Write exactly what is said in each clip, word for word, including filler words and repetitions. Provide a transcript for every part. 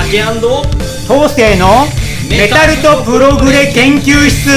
竹& 東勢のメタルとプログレ研究室。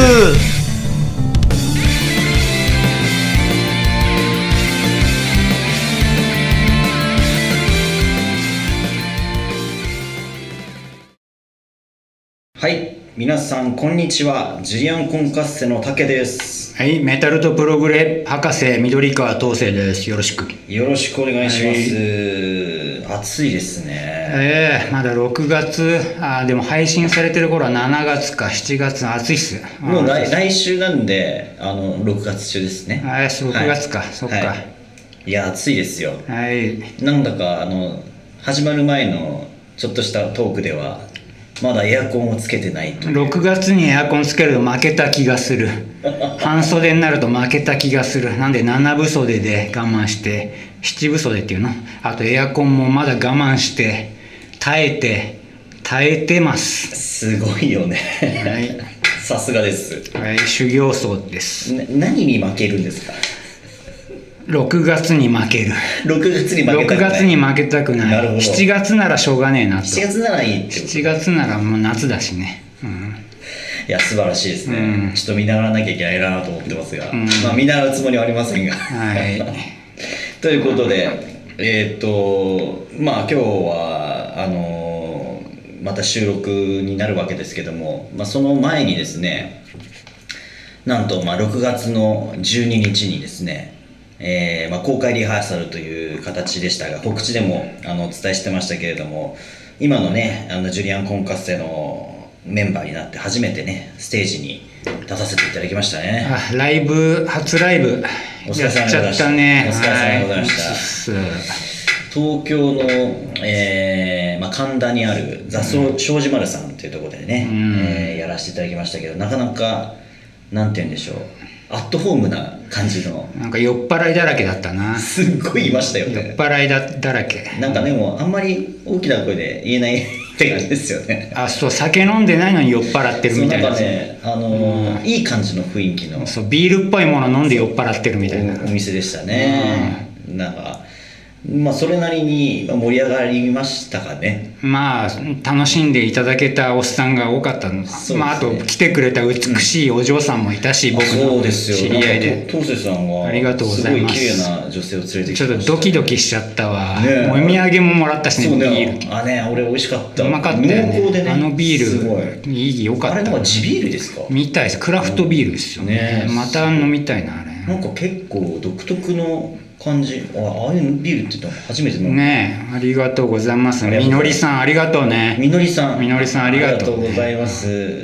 はい、皆さんこんにちは。ジュリアンコンカッセの竹です。 はい、メタルとプログレ博士緑川東勢です。よろしくよろしくお願いします、 はい、暑いですね。 えー、まだろくがつ、あでも配信されてる頃はしちがつかしちがつ、暑いっす。 もう 来, 来週なんであのろくがつ中ですね。 あーろくがつか、はい、そっか、はい、 いや暑いですよ。 はい、 なんだかあの始まる前のちょっとしたトークではまだエアコンをつけてないという。 ろくがつにエアコンつけると負けた気がする半袖になると負けた気がする。なんでななぶそでで我慢してしちぶそでっていうの、あとエアコンもまだ我慢して耐えて耐えてます。 すごいよね、はい、さすがです、 はい、修行僧です。 な何に負けるんですか？ ろくがつに負ける。 ろくがつに負けたくない。 ろくがつに負けたくない。 なるほど。 しちがつならしょうがねえなと。 しちがつならいいってこと。 しちがつならもう夏だしね、うん、 いや素晴らしいですね、うん、ちょっと見習わなきゃいけないなと思ってますが、うん、まあ見習うつもりはありませんが、はい、ということでえー、っとまあ今日はあのー、また収録になるわけですけども、まあ、その前にですね、なんとまあろくがつのじゅうににちにですね、えーまあ、公開リハーサルという形でしたが、告知でもあのお伝えしてましたけれども、今のねあのジュリアン・コンカッセのメンバーになって初めてねステージに立たせていただきましたね。 あライブ初ライブやっちゃったね。 お疲れ様でございました、はい、東京の、えーまあ、神田にある座礁庄司丸さんというところでね、うん、えー、やらせていただきましたけど、なかなかなんて言うんでしょう、アットホームな感じの、 なんか酔っ払いだらけだったな。 すっごいいましたよね。 酔っ払い だ, だらけ。 なんかでもあんまり大きな声で言えないって感じですよね。 あ、そう、酒飲んでないのに酔っ払ってるみたいな。 そう、なんかね、あのーうん、いい感じの雰囲気の、 そう、ビールっぽいもの飲んで酔っ払ってるみたいなお, お店でしたね、うん、なんかまあそれなりに盛り上がりましたかね。まあ楽しんでいただけたおっさんが多かったの、ね、まあ、あと来てくれた美しいお嬢さんもいたし、うん、僕の知り合いで、 東勢さんはありがとうございます。 すごい綺麗な女性を連れてきてました。 ちょっとドキドキしちゃったわ、ね、お土産ももらったしね。 そうね、 ビール、 あね、俺美味しかった。 うまかったよね、 濃厚でね、 あのビールすごいいい、よかった。 あれは地ビールですか？ みたいです。クラフトビールですよ ね, ね。また飲みたいなあれ。 なんか結構独特の感じ。ああいうビールって言ったの初めて飲んだね。え、ありがとうございます。みのりさんありがとうね。 みのりさんみのりさんありがとう、ね、 ありがとうございます。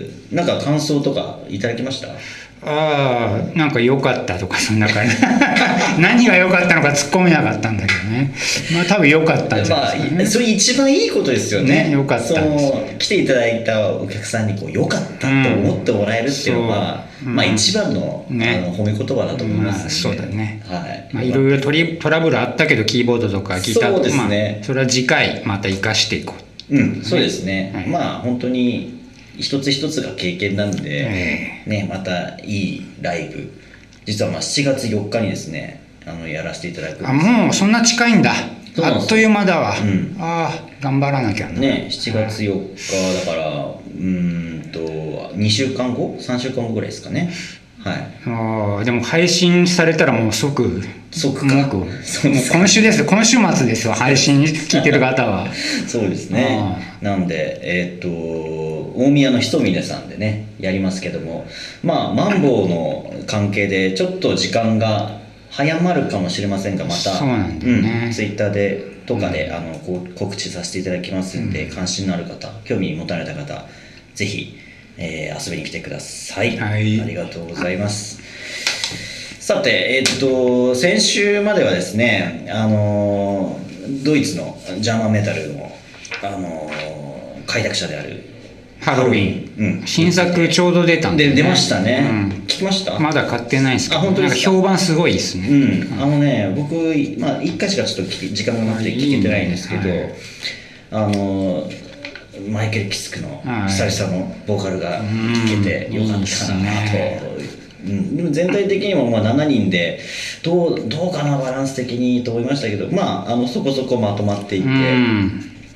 なんか感想とかいただきました？ ああ、なんか良かったとかそんな感じ何が良かったのか突っ込めなかったんだけどね。まあ多分良かったんじゃないですかね。 まあ、それ一番いいことですよね。 ね、良かったんです。 その来ていただいたお客さんにこう良かったと思ってもらえるっていうのは、うん、まあ一番の、ね、あの褒め言葉だと思いますので、 まあ、そうだね。 はい。 まあいろいろトリトラブルあったけど、キーボードとかギターとか、 そうですね。 まあ、それは次回また生かしていこう。 うん、そうですね。はい、まあ本当に一つ一つが経験なんで、えー、ね、またいいライブ、実はまあしちがつよっかにですね、あのやらせていただくんです。 あ、もうそんな近いんだ。あっという間だわ、うん、ああ頑張らなきゃね。しちがつよっかだから、うーんとにしゅうかんごさんしゅうかんごぐらいですかね。はい、 あでも配信されたらもう即即かもう今週です今週末ですよ、配信聞いてる方はそうですね。なんでえー、っと大宮のひとみねさんでねやりますけども、まあマンボウの関係でちょっと時間が早まるかもしれませんが、またそうなんだよね、 うん、ツイッターでとかで、うん、あのこう告知させていただきますんで、うん、関心のある方、興味持たれた方ぜひえー、遊びに来てください、はい、ありがとうございます。さて、えー、っと先週まではですね、あのー、ドイツのジャーマンメタルの、あのー、開拓者であるハロウィン、うん、新作ちょうど出たんで、 ね、で出ましたね、うん、聞きました？ まだ買ってないんですけど、 あ、本当ですか？ なんか評判すごいですね、 うん、あのね、僕、まあ、いっかいしかちょっと時間がなくて聞けてないんですけど、いいね、はい、あのーマイケル・キスクの久々のボーカルが聴けてよかったなと、うん、でも全体的にもまあしちにんでどう、どうかなバランス的にと思いましたけど、まあ、あのそこそこまとまっていて、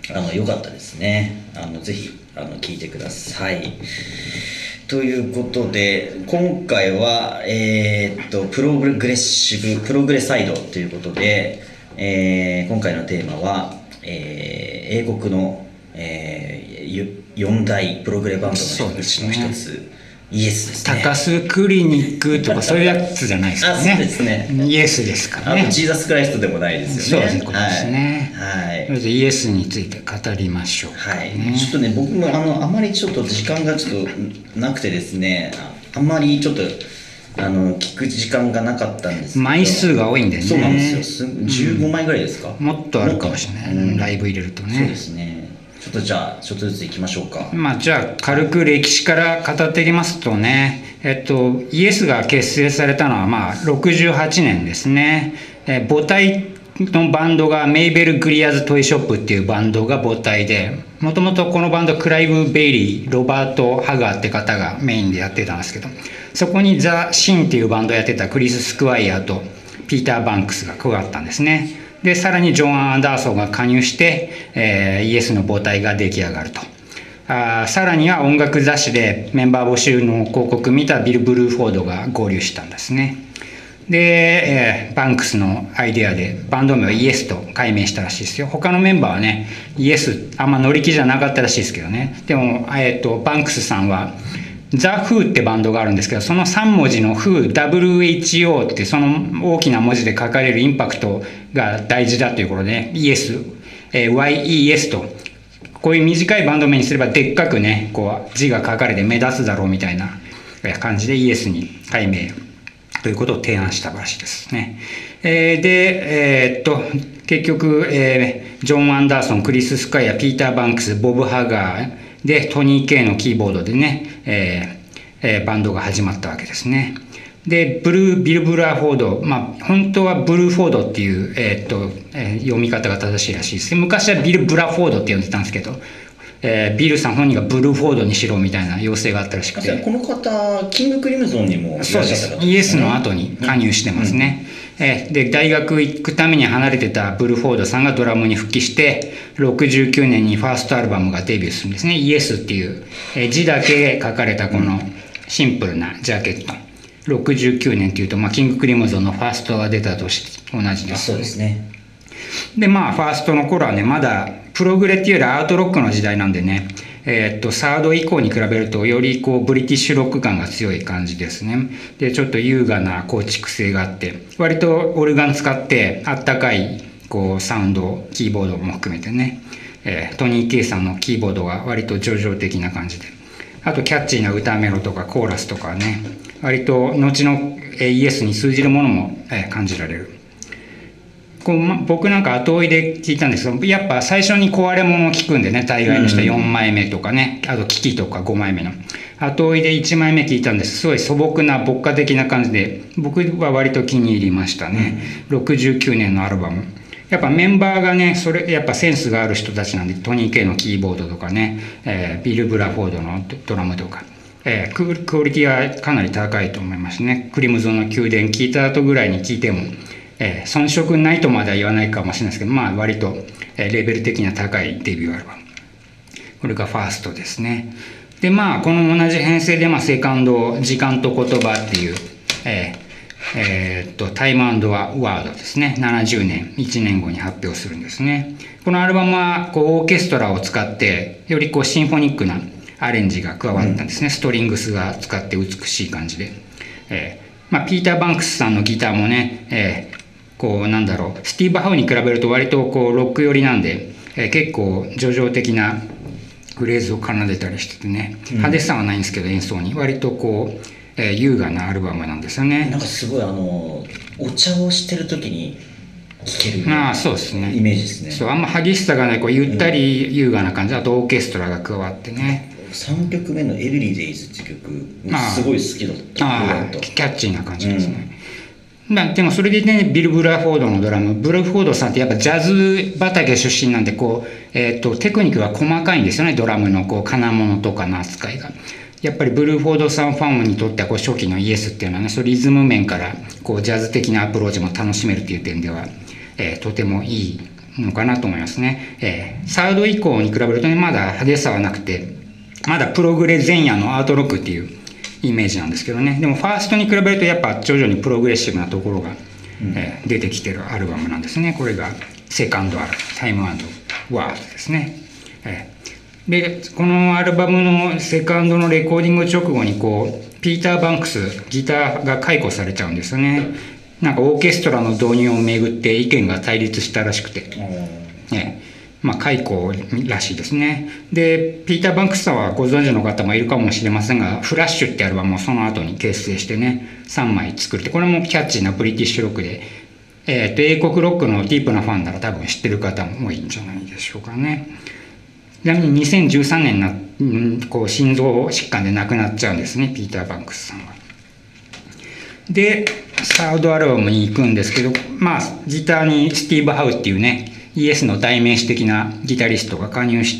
あの良かったですね。あのぜひあの聞いてください。ということで今回は、えー、っとプログレッシブプログレサイドということで、えー、今回のテーマは、えー、英国の、えー、よん大プログレバンドのうちの一つ、イエスですね。 高須クリニックとかそういうやつじゃないですかね。 あ、そうですね。 イエスですからね。 あとジーザスクライストでもないですよね。 そういうことですね。 はい。はい、 まずイエスについて語りましょうか、ね。 はい。ちょっとね、僕もあのあまりちょっと時間がちょっとなくてですね、あんまりちょっとあの聞く時間がなかったんですけど。 枚数が多いんでね。 そうなんですよ。じゅうごまいぐらいですか。 うん、もっとあるかもしれない。うん、ライブ入れるとね。 そうですね。ちょっとじゃあちょっとずついきましょうか。 まあじゃあ軽く歴史から語っていきますとね、えっとイエスが結成されたのはまあろくじゅうはちねんですね。え母体のバンドがメイベル・グリアーズ・トイショップっていうバンドが母体で、もともとこのバンドクライブ・ベイリー、ロバート・ハガーって方がメインでやってたんですけど、そこにザ・シンっていうバンドをやってたクリス・スクワイヤーとピーター・バンクスが加わったんですね。でさらにジョン・アンダーソンが加入して、えー、イエスの母体が出来上がると。あさらには音楽雑誌でメンバー募集の広告見たビル・ブルーフォードが合流したんですね。で、えー、バンクスのアイデアでバンド名はイエスと改名したらしいですよ。他のメンバーはねイエスあんま乗り気じゃなかったらしいですけどね。でも、えー、とバンクスさんはザ・フーってバンドがあるんですけど、そのさん文字のフー ダブリューエイチオー ってその大きな文字で書かれるインパクトが大事だということで、ね、イエス、えー、ワイイーエス とこういう短いバンド名にすればでっかくねこう字が書かれて目立つだろうみたいな感じでイエスに改名ということを提案したらしいですね。えー、で、えー、っと結局、えー、ジョン・アンダーソン、クリス・スカイア、ピーター・バンクス、ボブ・ハガーでトニー・ケイのキーボードでね、えーえー、バンドが始まったわけですね。でブルービル・ブラーフォード、まあ本当はブルーフォードっていう、えーっとえー、読み方が正しいらしいです。昔はビル・ブラフォードって呼んでたんですけど、えー、ビルさん本人がブルーフォードにしろみたいな要請があったらしくて、 この方キング・クリムゾンにもいらっしゃった方ですね。 イエスの後に加入してますね。うんうん、えー、で大学行くために離れてたブルーフォードさんがドラムに復帰してろくじゅうきゅうねんにファーストアルバムがデビューするんですね。イエスっていう、えー、字だけ書かれたこのシンプルなジャケット、ろくじゅうきゅうねんっていうと、まあ、キング・クリムゾンのファーストが出た年と同じです。 そうですね。 でまあファーストの頃はねまだプログレっていうよりアートロックの時代なんでね、えー、っとサード以降に比べるとよりこうブリティッシュロック感が強い感じですね。でちょっと優雅な構築性があって割とオルガン使ってあったかいこうサウンドキーボードも含めてね、えー、トニー・ケイさんのキーボードが割と叙情的な感じで、あとキャッチーな歌メロとかコーラスとかね割と後のイエスに通じるものも感じられる。こう僕なんか後追いで聞いたんですけど、やっぱ最初に壊れ物を聞くんでね、大概の人はよんまいめとかね、あとキキとかごまいめの後追いでいちまいめ聞いたんです。すごい素朴な牧歌的な感じで僕は割と気に入りましたね。ろくじゅうきゅうねんのアルバムやっぱメンバーがねそれやっぱセンスがある人たちなんで、トニー・ケイのキーボードとかね、えー、ビル・ブラフォードのドラムとか、えー、ク, クオリティはかなり高いと思いますね。クリムゾンの宮殿聞いた後ぐらいに聞いてもえー、遜色ないとまでは言わないかもしれないですけど、まあ割と、えー、レベル的には高いデビューアルバム、これがファーストですね。でまあこの同じ編成で、まあ、セカンド時間と言葉っていう、えーえー、っとタイム&ワードですね、ななじゅうねんいちねんごに発表するんですね。このアルバムはこうオーケストラを使ってよりこうシンフォニックなアレンジが加わったんですね、うん、ストリングスが使って美しい感じで、えーまあ、ピーター・バンクスさんのギターもね、えーこうなんだろうスティーブ・ハウに比べると割とこうロック寄りなんで、えー、結構叙情的なフレーズを奏でたりしててね、うん、派手さはないんですけど演奏に割とこう、えー、優雅なアルバムなんですよね。 なんかすごいあのお茶をしてる時に聴けるようなあそうですねイメージですね。 そうあんま激しさがないこうゆったり優雅な感じ、うん、あとオーケストラが加わってね。 さんきょくめの「エブリデイズ」っていう曲すごい好きだった。 ああキャッチーな感じですね、うん、でもそれでねビル・ブラフォードのドラム、ブラフォードさんってやっぱジャズ畑出身なんでこう、えー、とテクニックが細かいんですよね。ドラムのこう金物とかの扱いがやっぱりブルーフォードさんファンにとってはこう初期のイエスっていうのはね、そリズム面からこうジャズ的なアプローチも楽しめるっていう点では、えー、とてもいいのかなと思いますね。えー、サード以降に比べるとね、まだ派手さはなくて、まだプログレ前夜のアートロックっていうイメージなんですけどね。でもファーストに比べるとやっぱ徐々にプログレッシブなところが、うん、えー、出てきてるアルバムなんですね。これがセカンドアルバム、タイム&ワードですね。えー、で、このアルバムのセカンドのレコーディング直後にこう、ピーター・バンクス、ギターが解雇されちゃうんですよね。なんかオーケストラの導入をめぐって意見が対立したらしくて。ね、まあ、解雇らしいですね。で、ピーター・バンクスさんはご存知の方もいるかもしれませんが、フラッシュってアルバムをその後に結成してね、さんまい作って、これもキャッチーなブリティッシュロックで、えー、と英国ロックのディープなファンなら多分知ってる方も多いんじゃないでしょうかね。ちなみににせんじゅうさんねんな、うん、こう心臓疾患で亡くなっちゃうんですね、ピーター・バンクスさんは。で、サードアルバムに行くんですけど、まあ、ギターにスティーブ・ハウっていうね、イエスの代名詞的なギタリストが加入して、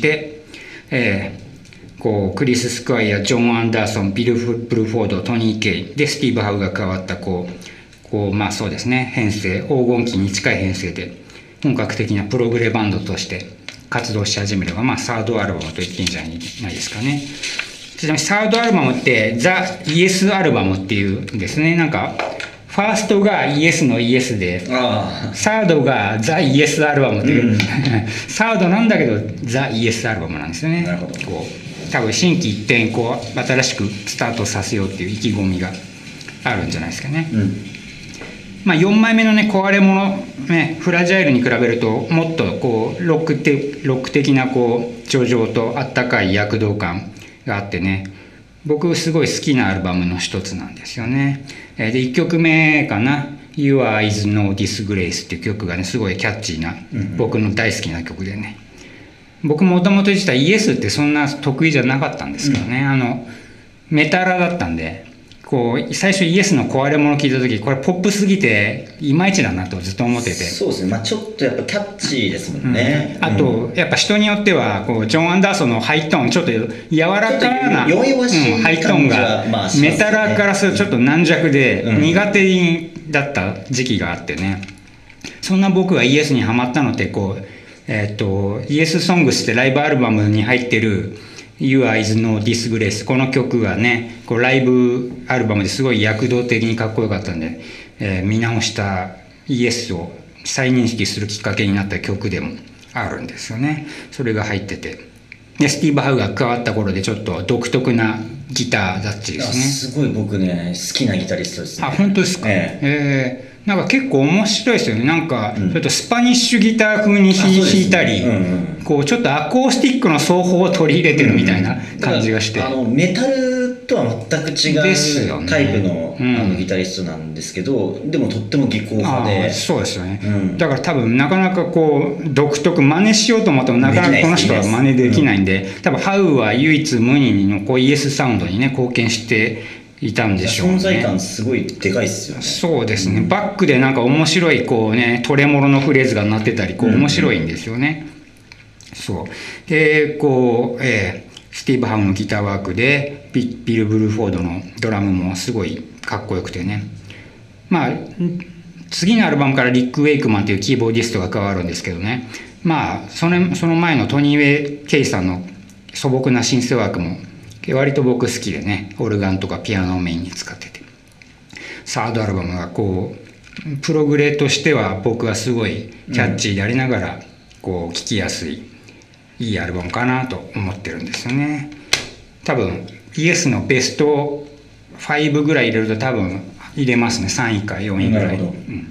えー、こうクリス・スクワイア、ジョン・アンダーソン、ビル・ブルフォード、トニー・ケイでスティーブ・ハウが加わったこうこうまあそうですね、編成、黄金期に近い編成で本格的なプログレバンドとして活動し始めれば、まあサードアルバムと言っていいんじゃないですかね。ちなみにサードアルバムってザ・イエスアルバムっていうんですね。なんかファーストがイエスのイエスで、サードがザ・イエスアルバムという、うん、サードなんだけどザ・イエスアルバムなんですよね。 なるほど。 こう多分心機一転こう新しくスタートさせようっていう意気込みがあるんじゃないですかね。うん、まあ、よんまいめのね、壊れ物、ね、フラジャイルに比べるともっとこうロック的、ロック的なこう叙情とあったかい躍動感があってね、僕すごい好きなアルバムの一つなんですよね。でいっきょくめかな、 Your Eyes No Disgrace っていう曲がね、すごいキャッチーな、僕の大好きな曲でね、僕もともと実はイエスってそんな得意じゃなかったんですけどね、うん、あのメタラだったんで、こう最初イエスの壊れ物聞いた時、これポップすぎていまいちだなとずっと思ってて。 そうですね、まあ、ちょっとやっぱキャッチーですもんね、 うん、あと、うん、やっぱ人によってはこうジョン・アンダーソンのハイトーン、ちょっと柔らかな弱々しい、 うん、ハイトーンが、まあね、メタラからするとちょっと軟弱で苦手だった時期があってね、そんな僕がイエスにハマったのってこう、えー、っとイエスソングスってライブアルバムに入ってるYour Eyes No Disgrace、 この曲がね、こうライブアルバムですごい躍動的にかっこよかったんで、えー、見直したイエスを再認識するきっかけになった曲でもあるんですよね。それが入ってて、でスティーブ・ハウが加わった頃でちょっと独特なギターだっちですね。 すごい僕ね好きなギタリストですね。 あ、本当ですか。えええーなんか結構面白いですよね。なんかちょっとスパニッシュギター風に弾いたり、うんうん、こうちょっとアコースティックの奏法を取り入れてるみたいな感じがして、 うんうん、あのメタルとは全く違うタイプ の,、ね、あのギタリストなんですけど、でもとっても技巧派で。 そうですよね、うん、だから多分なかなかこう独特、真似しようと思ってもなかなかこの人は真似できないんで、うん、多分ハウは唯一無二のこうイエスサウンドにね貢献していたんでしょうね。 存在感すごいでかいっすよね。 そうですね、うん、バックでなんか面白いこうねトレモロのフレーズが鳴ってたりこう面白いんですよね、うん、そうでこう、えー、スティーブ・ハウのギターワークで ビ, ビル・ブルフォードのドラムもすごいかっこよくてね、まあ次のアルバムからリック・ウェイクマンというキーボーディストが加わるんですけどね、まあその、その前のトニー・ウェイ・ケイさんの素朴なシンセワークも割と僕好きでね、オルガンとかピアノをメインに使ってて、サードアルバムがこうプログレとしては僕はすごいキャッチーでありながら、こう聴きやすいいいアルバムかなと思ってるんですよね。多分イエスのベストごぐらい入れると多分入れますね。さんいかよんいぐらい、うん、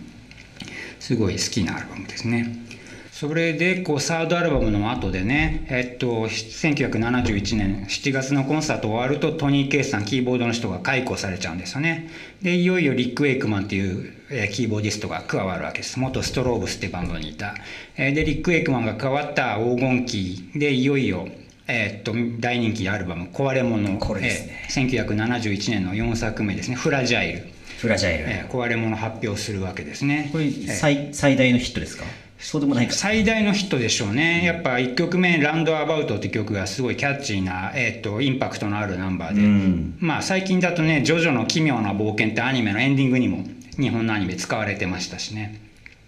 すごい好きなアルバムですね。それでこうサードアルバムの後でね、えっと、せんきゅうひゃくななじゅういちねんしちがつのコンサート終わるとトニー・ケイさん、キーボードの人が解雇されちゃうんですよね。でいよいよリック・ウェイクマンっていう、えー、キーボーディストが加わるわけです。元ストローブスってバンドにいた、えー、でリック・ウェイクマンが加わった黄金期でいよいよ、えー、っと大人気アルバム「壊れ物」 これですね、 えー、せんきゅうひゃくななじゅういちねんのよんさくめですね、フラジャイルフラジャイル、 えー、壊れ物発表するわけですね。 これ、えー、最, 最大のヒットですか。そうでもないか。 最大のヒットでしょうね。やっぱいっきょくめ「ランドアバウト」って曲がすごいキャッチーな、えー、とインパクトのあるナンバーで、うん、まあ最近だとね「ジョジョの奇妙な冒険」ってアニメのエンディングにも日本のアニメ使われてましたしね。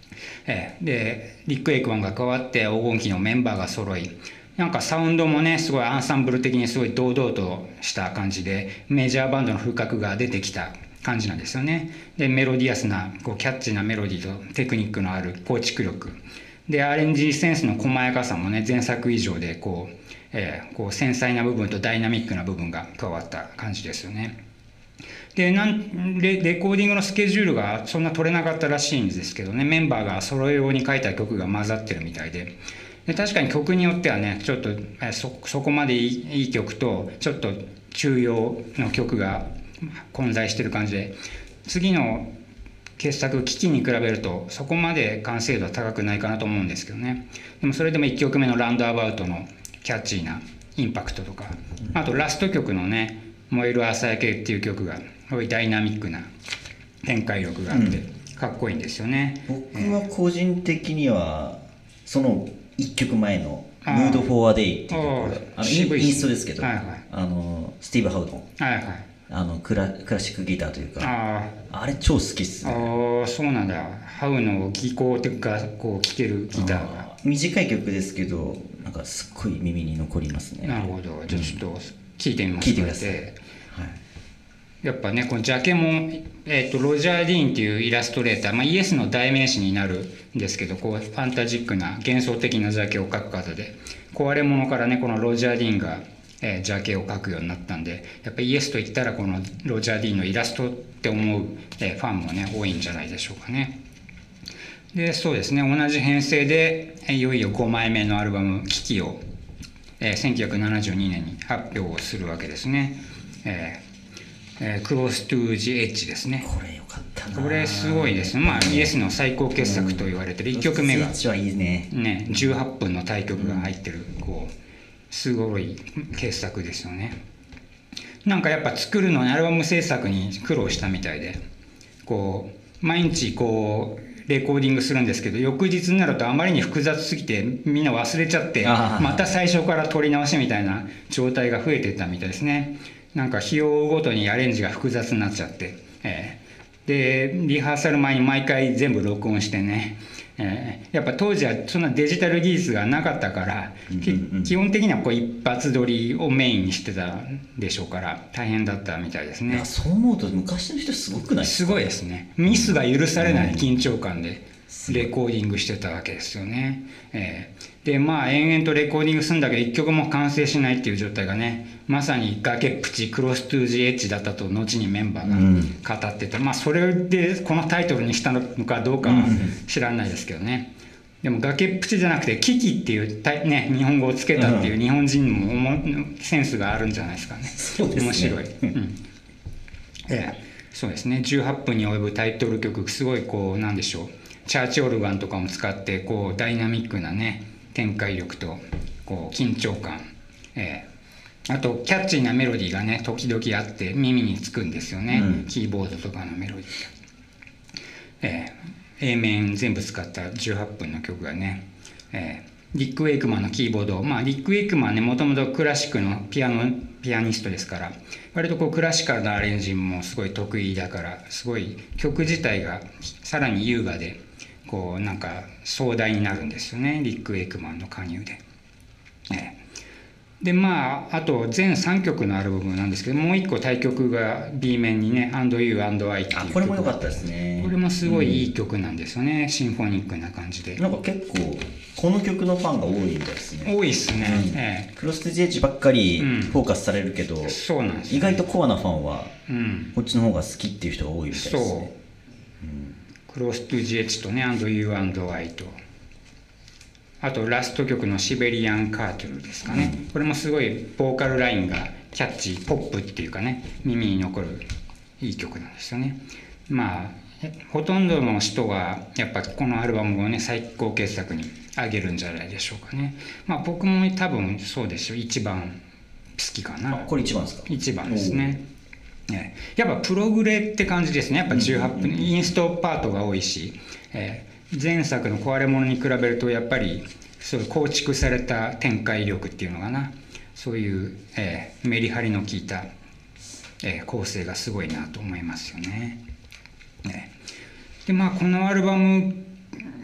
えー、でリック・エイクマンが加わって黄金期のメンバーが揃い、なんかサウンドもねすごいアンサンブル的にすごい堂々とした感じでメジャーバンドの風格が出てきた感じなんですよね。でメロディアスなこうキャッチーなメロディーとテクニックのある構築力で、アレンジセンスの細やかさもね前作以上でこう、えー、こう繊細な部分とダイナミックな部分が加わった感じですよね。でなんレレコーディングのスケジュールがそんな取れなかったらしいんですけどね、メンバーが揃えように書いた曲が混ざってるみたいで、で確かに曲によってはねちょっとえ そ, そこまでい い, いい曲とちょっと中庸の曲が混在してる感じで、次の傑作「危機」に比べるとそこまで完成度は高くないかなと思うんですけどね。でもそれでもいっきょくめの「ランドアバウト」のキャッチーなインパクトとか、あとラスト曲のね「燃える朝焼け」っていう曲がすごいダイナミックな展開力があってかっこいいんですよね。 うん、僕は個人的にはそのいっきょくまえの「ムード・フォー・ア・デイ」っていう曲があのインストですけど、はいはい、あのスティーブ・ハウドン、はいはい、あのクラクラシックギターというか あ, あれ超好きっすね。 ああそうなんだ。ハウの技巧というかこう聴けるギターが短い曲ですけどなんかすっごい耳に残りますね。 なるほど。じゃあちょっと聴いてみます。 聴いてください。はい、 やっぱねこのジャケも、えー、とロジャー・ディーンっていうイラストレーター、まあ、イエスの代名詞になるんですけど、こうファンタジックな幻想的なジャケを描く方で、壊れ物からねこのロジャー・ディーンが、えー、ジャケを描くようになったんで、やっぱイエスと言ったらこのロジャー・ディーンのイラストって思う、えー、ファンもね多いんじゃないでしょうかね。でそうですね、同じ編成でいよいよごまいめのアルバム「危機」を、えー、せんきゅうひゃくななじゅうにねんに発表をするわけですね。えーえー、クロス・トゥ・ジ・エッジですね。 これよかったな。 これすごいですね。まあイエスの最高傑作と言われてるいっきょくめが、 はいいね、 ね、じゅうはっぷんの大曲が入ってる、こうすごい傑作ですよね。なんかやっぱ作るのにアルバム制作に苦労したみたいで、こう毎日こうレコーディングするんですけど、翌日になるとあまりに複雑すぎてみんな忘れちゃってまた最初から撮り直しみたいな状態が増えていったみたいですね。なんか日を追うごとにアレンジが複雑になっちゃって、えー、でリハーサル前に毎回全部録音してね、えー、やっぱ当時はそんなデジタル技術がなかったから、うんうんうん、基本的にはこう一発撮りをメインにしてたでしょうから大変だったみたいですね。 そう思うと昔の人すごくないですか？ すごいですね。ミスが許されない緊張感でレコーディングしてたわけですよね。えー、でまあ延々とレコーディングするんだけどいっきょくも完成しないっていう状態がね、まさに崖っぷちクロス・トゥ・ジ・エッジだったと後にメンバーが語ってた、うん、まあそれでこのタイトルにしたのかどうかは知らないですけどね。でも崖っぷちじゃなくて危機っていう、ね、日本語をつけたっていう日本人もセンスがあるんじゃないですかね。 そうですね、 面白い、うんええ、そうですね。じゅうはっぷんに及ぶタイトル曲、すごいこうなんでしょう、チャーチオルガンとかも使ってこうダイナミックなね展開力とこう緊張感、ええあとキャッチーなメロディーがね時々あって耳につくんですよね、うん、キーボードとかのメロディーが、えー、A 面全部使ったじゅうはっぷんの曲がね、えー、リック・ウェイクマンのキーボード、まあリック・ウェイクマンねもともとクラシックのピアノピアニストですから、割とこうクラシカルなアレンジもすごい得意だから、すごい曲自体がさらに優雅でこうなんか壮大になるんですよね、リック・ウェイクマンの加入で。えーでまああと全さんきょくのアルバムなんですけど、もういっこ対曲が B 面にね「And You and I」っていう曲、 これも良かったですね。 これもすごいいい曲なんですよね、うん、シンフォニックな感じで。 なんか結構この曲のファンが多いみたいですね。 多いですね、うんええ、 クロス・トゥ・ジ・エッジばっかりフォーカスされるけど、うん、 そうなんです、ね、 意外とコアなファンはこっちの方が好きっていう人が多いみたいですね。そう、うん、 クロス・トゥ・ジ・エッジとね「And You and I」と、あとラスト曲のシベリアンカートルですかね、うん、これもすごいボーカルラインがキャッチーポップっていうかね、耳に残るいい曲なんですよね。まあほとんどの人がやっぱこのアルバムをね最高傑作に挙げるんじゃないでしょうかね。まあ僕も多分そうでしょう、一番好きかな。 これ一番ですか？ 一番ですね。えー、やっぱプログレって感じですね。やっぱじゅうはっぷん、うんうんうん、インストパートが多いし、えー前作の壊れ物に比べるとやっぱりそういう構築された展開力っていうのかな、そういう、えー、メリハリの効いた、えー、構成がすごいなと思いますよね。ねでまあこのアルバム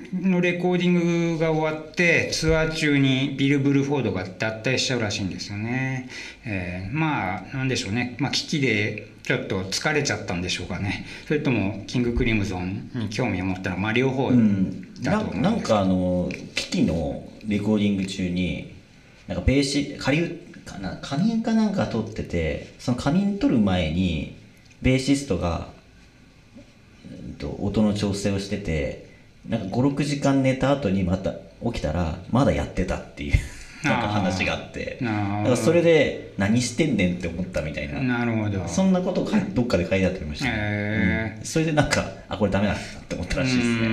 のレコーディングが終わってツアー中にビル・ブルフォードが脱退しちゃうらしいんですよね。えー、まあなんでしょうね、まあ、危機でちょっと疲れちゃったんでしょうかね。それともキング・クリムゾンに興味を持ったのは、まあ、両方だと思うんですけど、 うん、な, なんかあの危機のレコーディング中になんかベーシ仮かな仮眠かなんか撮ってて、その仮眠撮る前にベーシストが、うん、と音の調整をしてて、なんかごろくじかん寝た後にまた起きたらまだやってたっていうなんか話があって、だからそれで何してんねんって思ったみたいな、 なるほど、 そんなことかどっかで書いてあってましたね、 えーうん、それでなんかあこれダメだって思ったらしいですね。 うん、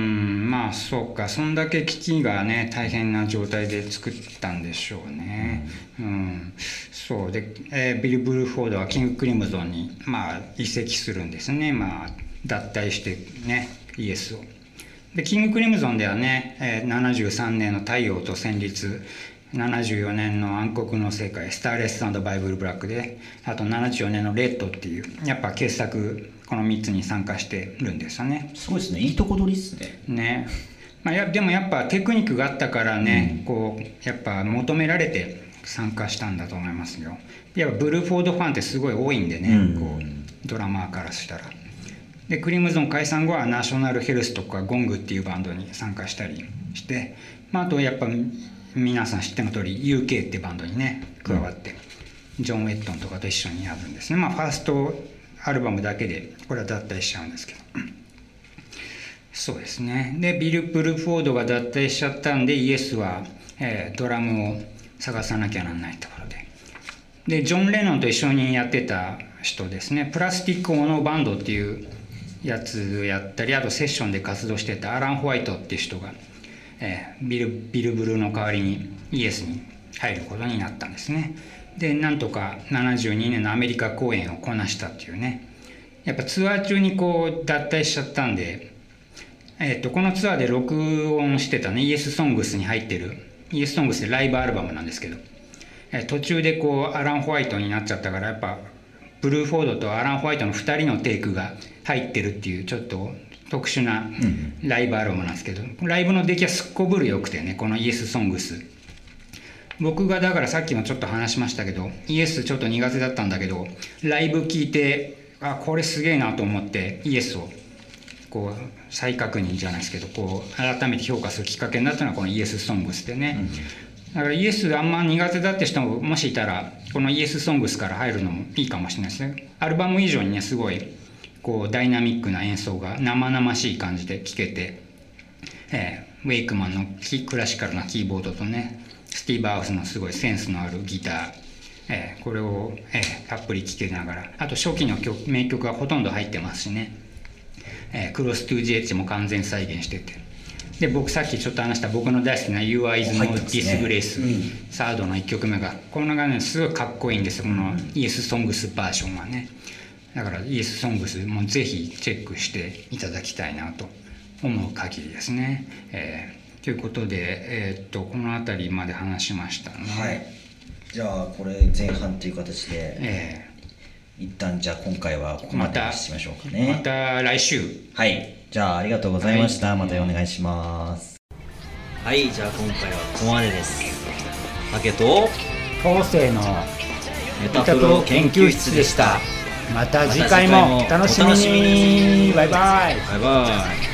まあそうか、そんだけ機器がね大変な状態で作ったんでしょうね。うん、うん、そうで、えー、ビル・ブルフォードはキング・クリムゾンに、まあ、移籍するんですね。まあ脱退してね、イエスを。でキング・クリムゾンではね、えー、ななじゅうさんねんの太陽と旋律、ななじゅうよねんの暗黒の世界スターレス&バイブル・ブラックで、あとななじゅうよねんのレッドっていうやっぱ傑作、このみっつに参加してるんですよね。 すごいですね、いいとこ取りですね。 ね、まあ、やでもやっぱテクニックがあったからね、うん、こうやっぱ求められて参加したんだと思いますよ。やっぱブルーフォードファンってすごい多いんでね、うん、こうドラマーからしたら。でクリムゾン解散後はナショナルヘルスとかゴングっていうバンドに参加したりして、まあ、あとやっぱ皆さん知っての通り ユーケー ってバンドにね加わって、うん、ジョン・ウェットンとかと一緒にやるんですね。まあファーストアルバムだけでこれは脱退しちゃうんですけどそうですね。でビル・ブルフォードが脱退しちゃったんでイエスは、えー、ドラムを探さなきゃならないところで、でジョン・レノンと一緒にやってた人ですね、プラスティック・オノバンドっていうやつをやったり、あとセッションで活動してたアラン・ホワイトっていう人が、えー、ビル・ビル・ブルーの代わりにイエスに入ることになったんですね。でなんとかななじゅうにねんのアメリカ公演をこなしたっていうね、やっぱツアー中にこう脱退しちゃったんで、えー、とこのツアーで録音してたねイエスソングスに入ってるイエスソングスでライブアルバムなんですけど、えー、途中でこうアラン・ホワイトになっちゃったから、やっぱブルーフォードとアラン・ホワイトのふたりのテイクが入ってるっていうちょっと特殊なライブアルバムなんですけど、うん、ライブの出来はすっこぶる良くてね、このイエスソングス、僕がだからさっきもちょっと話しましたけどイエスちょっと苦手だったんだけど、ライブ聞いてあこれすげえなと思ってイエスをこう再確認じゃないですけどこう改めて評価するきっかけになったのはこのイエスソングスでね、うん、だからイエスあんま苦手だって人ももしいたらこのイエスソングスから入るのもいいかもしれないですね。アルバム以上にねすごいこうダイナミックな演奏が生々しい感じで聴けて、えー、ウェイクマンのクラシカルなキーボードとねスティーブ・アウスのすごいセンスのあるギター、えー、これを、えー、たっぷり聴けながら、あと初期の曲名曲がほとんど入ってますしね、えー、クロス・トゥ・ジエッジも完全再現してて、で僕さっきちょっと話した僕の大好きな You Eyes No Disgrace、ね、うん、サードのいっきょくめがこのがねすごいかっこいいんですよ、このイエスソングスバージョンはね。だからイエスソングスもぜひチェックしていただきたいなと思う限りですね。えー、ということで、えー、っとこの辺りまで話しましたね。 はい、じゃあこれ前半という形で、えー、一旦じゃあ今回はここまでにしましょうかね。 また、また来週。 はい、じゃあありがとうございました、はい、またお願いします。はい、じゃあ今回はここまでです。竹と昴生のメタプロ研究室でした。 また次回もお楽しみに。バイバイ。 バイバイ。